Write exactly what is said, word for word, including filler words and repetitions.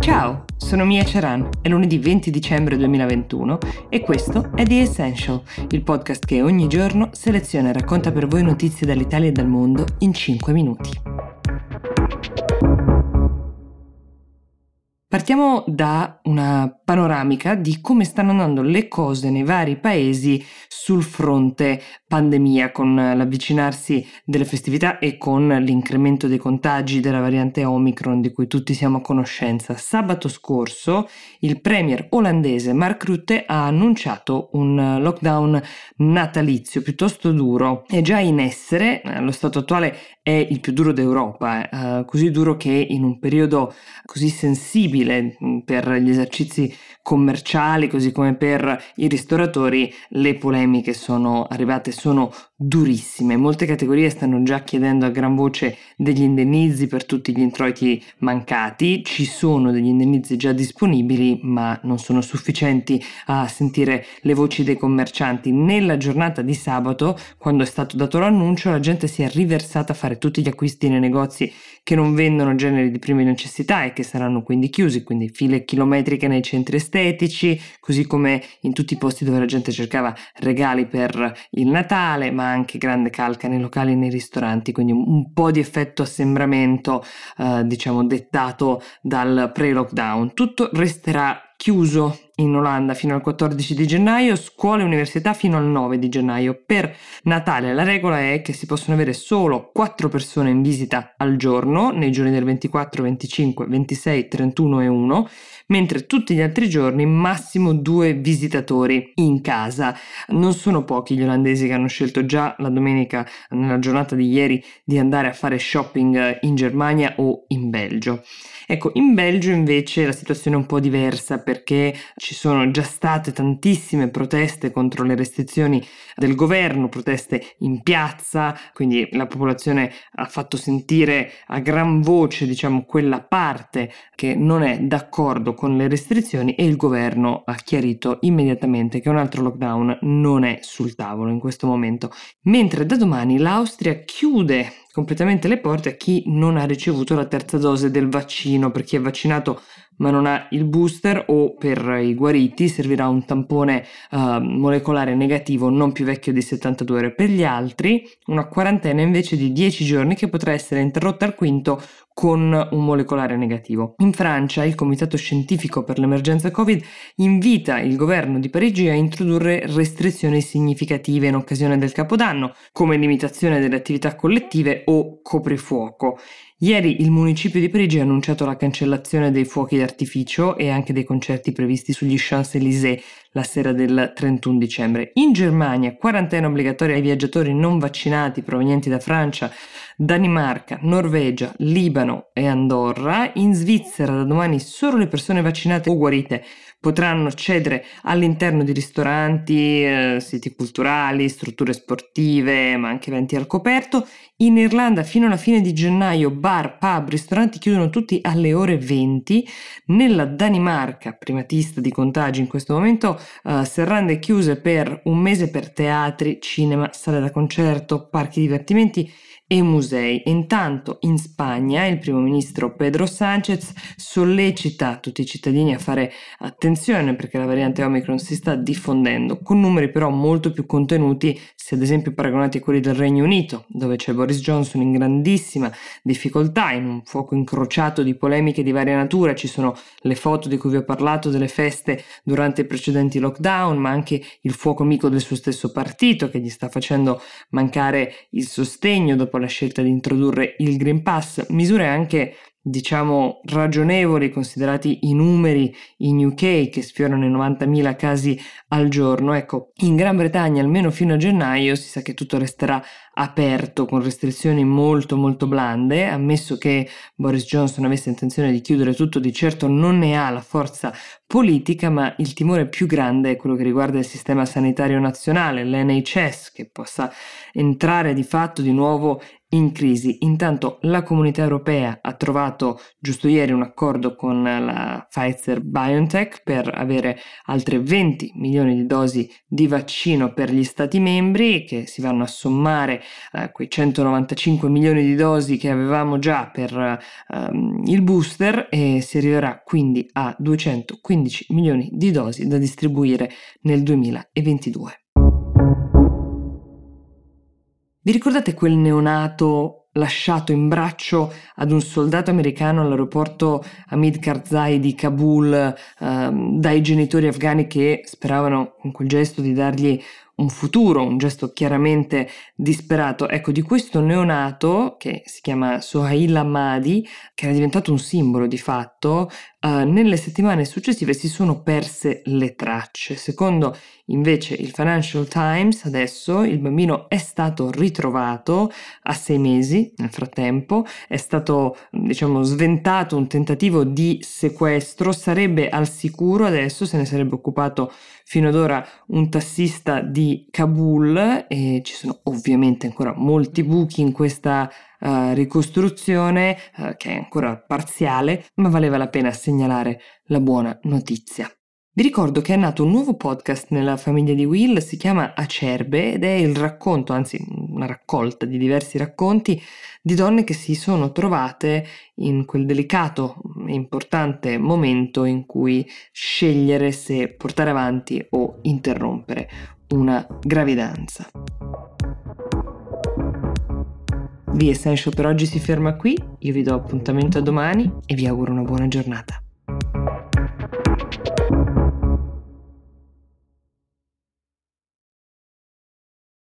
Ciao, sono Mia Ceran, è lunedì venti dicembre duemilaventuno e questo è The Essential, il podcast che ogni giorno seleziona e racconta per voi notizie dall'Italia e dal mondo in cinque minuti. Partiamo da una panoramica di come stanno andando le cose nei vari paesi sul fronte pandemia, con l'avvicinarsi delle festività e con l'incremento dei contagi della variante Omicron di cui tutti siamo a conoscenza. Sabato scorso il premier olandese Mark Rutte ha annunciato un lockdown natalizio piuttosto duro. È già in essere, allo stato attuale è il più duro d'Europa, eh, così duro che in un periodo così sensibile per gli esercizi commerciali così come per i ristoratori le polemiche sono arrivate, sono durissime. Molte categorie stanno già chiedendo a gran voce degli indennizzi per tutti gli introiti mancati. Ci sono degli indennizzi già disponibili, ma non sono sufficienti a sentire le voci dei commercianti. Nella giornata di sabato, quando è stato dato l'annuncio, la gente si è riversata a fare tutti gli acquisti nei negozi che non vendono generi di prima necessità e che saranno quindi chiusi, quindi file chilometriche nei centri estetici, così come in tutti i posti dove la gente cercava regali per il Natale, ma anche grande calca nei locali e nei ristoranti, quindi un po' di effetto assembramento, eh, diciamo, dettato dal pre-lockdown. Tutto resterà chiuso in Olanda fino al quattordici di gennaio, scuole e università fino al nove di gennaio. Per Natale la regola è che si possono avere solo quattro persone in visita al giorno, nei giorni del ventiquattro, venticinque, ventisei, trentuno e uno, mentre tutti gli altri giorni massimo due visitatori in casa. Non sono pochi gli olandesi che hanno scelto già la domenica, nella giornata di ieri, di andare a fare shopping in Germania o in Belgio. Ecco, in Belgio invece la situazione è un po' diversa perché ci sono già state tantissime proteste contro le restrizioni del governo, proteste in piazza, quindi la popolazione ha fatto sentire a gran voce, diciamo, quella parte che non è d'accordo con le restrizioni e il governo ha chiarito immediatamente che un altro lockdown non è sul tavolo in questo momento. Mentre da domani l'Austria chiude completamente le porte a chi non ha ricevuto la terza dose del vaccino. Per chi è vaccinato ma non ha il booster o per i guariti servirà un tampone uh, molecolare negativo non più vecchio di settantadue ore. Per gli altri una quarantena invece di dieci giorni che potrà essere interrotta al quinto con un molecolare negativo. In Francia il Comitato Scientifico per l'Emergenza Covid invita il governo di Parigi a introdurre restrizioni significative in occasione del Capodanno, come limitazione delle attività collettive o coprifuoco. Ieri il municipio di Parigi ha annunciato la cancellazione dei fuochi d'artificio e anche dei concerti previsti sugli Champs-Élysées la sera del trentuno dicembre. In Germania, quarantena obbligatoria ai viaggiatori non vaccinati provenienti da Francia, Danimarca, Norvegia, Libano e Andorra. In Svizzera da domani solo le persone vaccinate o guarite potranno accedere all'interno di ristoranti, eh, siti culturali, strutture sportive, ma anche eventi al coperto. In Irlanda fino alla fine di gennaio bar, pub, ristoranti chiudono tutti alle ore venti. Nella Danimarca, primatista di contagi in questo momento, uh, serrande chiuse per un mese per teatri, cinema, sale da concerto, parchi divertimenti e musei. Intanto in Spagna il primo ministro Pedro Sánchez sollecita tutti i cittadini a fare attenzione perché la variante Omicron si sta diffondendo, con numeri però molto più contenuti se ad esempio paragonati a quelli del Regno Unito, dove c'è Boris Johnson in grandissima difficoltà, in un fuoco incrociato di polemiche di varia natura. Ci sono le foto di cui vi ho parlato delle feste durante i precedenti lockdown, ma anche il fuoco amico del suo stesso partito che gli sta facendo mancare il sostegno dopo la scelta di introdurre il Green Pass, misure anche diciamo ragionevoli considerati i numeri in U K che sfiorano i novantamila casi al giorno. Ecco, in Gran Bretagna almeno fino a gennaio si sa che tutto resterà aperto con restrizioni molto molto blande, ammesso che Boris Johnson avesse intenzione di chiudere tutto, di certo non ne ha la forza politica, ma il timore più grande è quello che riguarda il sistema sanitario nazionale, l'N H S, che possa entrare di fatto di nuovo in crisi. Intanto la Comunità Europea ha trovato giusto ieri un accordo con la Pfizer-BioNTech per avere altre venti milioni di dosi di vaccino per gli Stati membri che si vanno a sommare eh, quei centonovantacinque milioni di dosi che avevamo già per ehm, il booster, e si arriverà quindi a duecentoquindici milioni di dosi da distribuire nel duemilaventidue. Vi ricordate quel neonato lasciato in braccio ad un soldato americano all'aeroporto Hamid Karzai di Kabul ehm, dai genitori afghani che speravano con quel gesto di dargli un futuro, un gesto chiaramente disperato? Ecco, di questo neonato, che si chiama Sohail Ahmadi, che era diventato un simbolo di fatto, eh, nelle settimane successive si sono perse le tracce. Secondo invece il Financial Times, adesso il bambino è stato ritrovato a sei mesi. Nel frattempo è stato, diciamo, sventato un tentativo di sequestro, sarebbe al sicuro adesso, se ne sarebbe occupato fino ad ora un tassista di Kabul, e ci sono ovviamente ancora molti buchi in questa uh, ricostruzione uh, che è ancora parziale, ma valeva la pena segnalare la buona notizia. Vi ricordo che è nato un nuovo podcast nella famiglia di Will, si chiama Acerbe, ed è il racconto, anzi una raccolta di diversi racconti di donne che si sono trovate in quel delicato e importante momento in cui scegliere se portare avanti o interrompere una gravidanza. The Essential per oggi si ferma qui, io vi do appuntamento a domani e vi auguro una buona giornata.